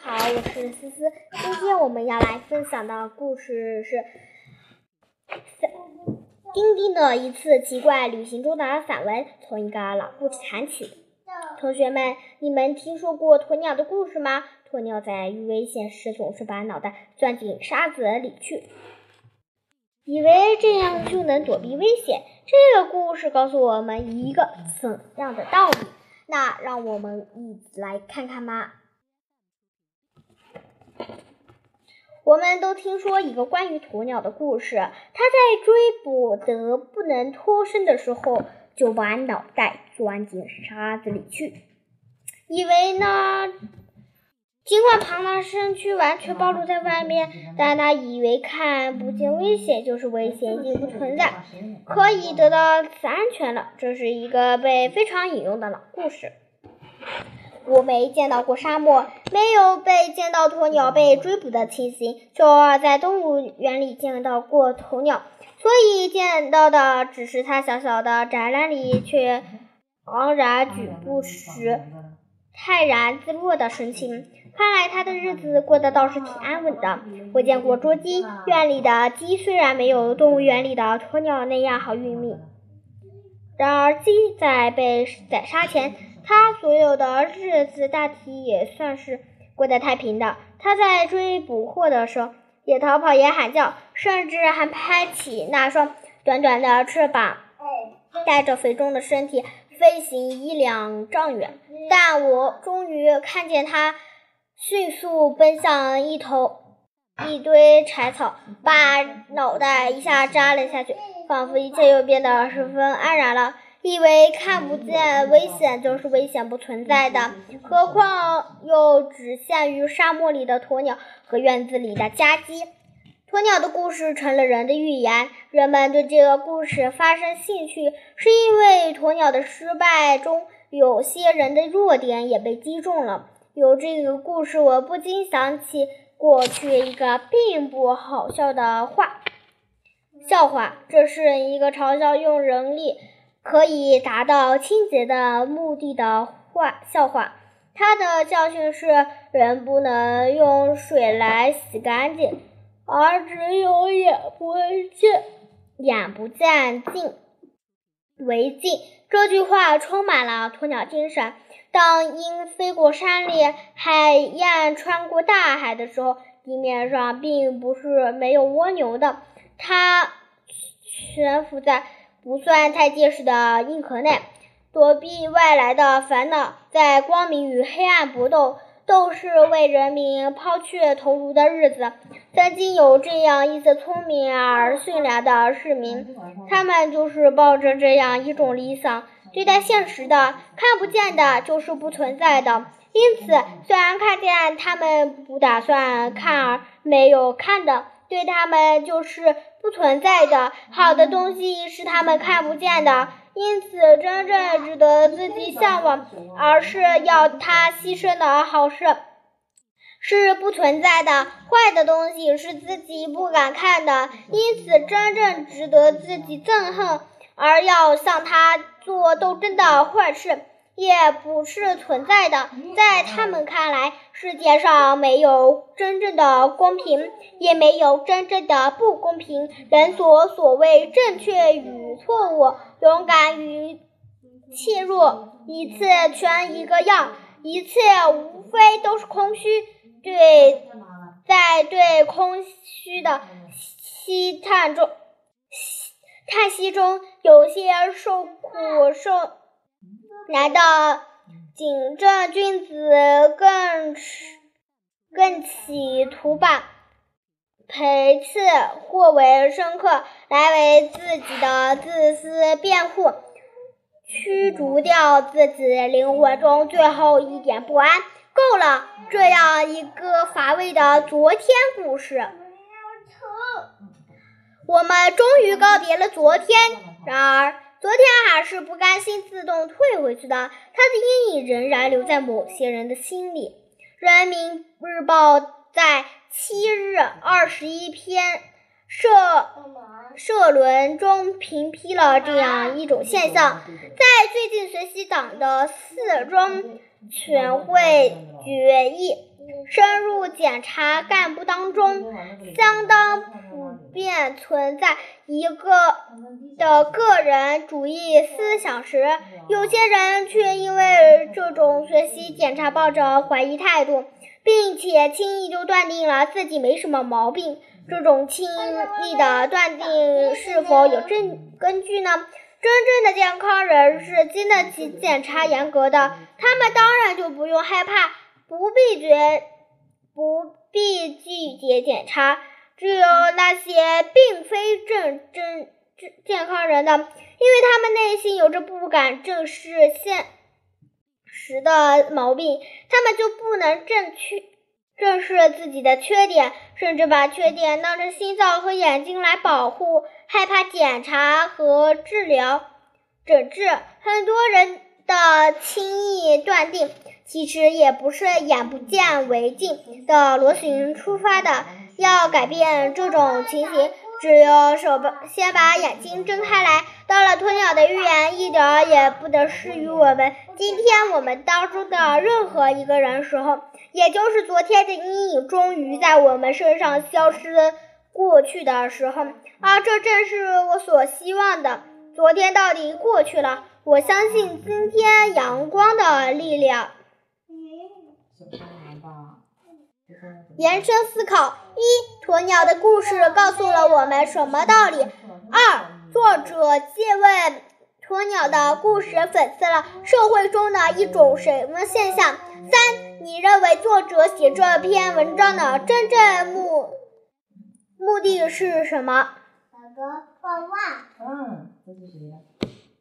好，我是思思。今天我们要来分享的故事是丁丁的一次奇怪旅行中的散文，从一个老故事谈起。同学们，你们听说过鸵鸟的故事吗？鸵鸟在遇危险时总是把脑袋钻进沙子里去，以为这样就能躲避危险。这个故事告诉我们一个怎样的道理？那让我们一起来看看吧。我们都听说一个关于鸵鸟的故事，它在追捕得不能脱身的时候，就把脑袋钻进沙子里去，以为呢，尽管庞大身躯完全暴露在外面，但他以为看不见危险就是危险已经不存在，可以得到安全了。这是一个被非常引用的老故事。我没见到过沙漠，没有见到鸵鸟被追捕的情形，就偶尔在动物园里见到过鸵鸟，所以见到的只是它小小的展览里却昂然举步时泰然自若的神情。看来它的日子过得倒是挺安稳的。我见过捉鸡，园里的鸡虽然没有动物园里的鸵鸟那样好运命，然而鸡在被宰杀前，他所有的日子大体也算是过得太平的。他在追捕获的时候也逃跑也喊叫，甚至还拍起那双短短的翅膀，带着肥重的身体飞行1-2丈远。但我终于看见他迅速奔向一堆柴草，把脑袋一下扎了下去，仿佛一切又变得十分安然了。以为看不见危险就是危险不存在的，何况又只限于沙漠里的鸵鸟和院子里的家鸡。鸵鸟的故事成了人的寓言，人们对这个故事发生兴趣，是因为鸵鸟的失败中有些人的弱点也被击中了。有这个故事，我不禁想起过去一个并不好笑的笑话，这是一个嘲笑用人力可以达到清洁的目的的笑话。它的教训是人不能用水来洗干净，而只有眼不见净为净。这句话充满了鸵鸟精神。当鹰飞过山岭，海燕穿过大海的时候，地面上并不是没有蜗牛的，它悬浮在不算太结实的硬壳内，躲避外来的烦恼，在光明与黑暗搏斗，斗是为人民抛却头颅的日子。曾经有这样一些聪明而驯良的市民，他们就是抱着这样一种理想对待现实的，看不见的就是不存在的，因此虽然看见他们不打算看而没有看的，对他们就是不存在的。好的东西是他们看不见的，因此真正值得自己向往而是要他牺牲的好事是不存在的。坏的东西是自己不敢看的，因此真正值得自己憎恨而要向他做斗争的坏事也不是存在的。在他们看来，世界上没有真正的公平，也没有真正的不公平。人所谓正确与错误，勇敢与怯弱，一切全一个样，一切无非都是空虚。在对空虚的叹息中，有些受苦受难的警政君子更企图把陪刺或为深刻，来为自己的自私辩护，驱逐掉自己灵魂中最后一点不安。够了，这样一个乏味的昨天故事。我们终于告别了昨天，然而昨天还是不甘心自动退回去的，它的阴影仍然留在某些人的心里。人民日报在7日21篇社论中评批了这样一种现象。在最近学习党的4中全会决议深入检查干部当中，相当普遍存在一个个人主义思想时，有些人却因为这种学习检查抱着怀疑态度，并且轻易就断定了自己没什么毛病。这种轻易的断定是否有根据呢？真正的健康人是经得起检查严格的，他们当然就不用害怕，不必拒绝检查。只有那些并非健康人的，因为他们内心有着不敢正视现实的毛病，他们就不能正视自己的缺点，甚至把缺点当成心脏和眼睛来保护，害怕检查和诊治。很多人的轻易断定其实也不是眼不见为净的螺旋出发的。要改变这种情形，只有先把眼睛睁开来。到了鸵鸟的预言一点也不得适于我们今天我们当中的任何一个人时候，也就是昨天的阴影终于在我们身上消失过去的时候，这正是我所希望的。昨天到底过去了，我相信今天阳光的力量。延伸思考：一、鸵鸟的故事告诉了我们什么道理？二、作者借问鸵鸟的故事讽刺了社会中的一种什么现象？三、你认为作者写这篇文章的真正目的是什么？ 哥，画画。这是谁呀？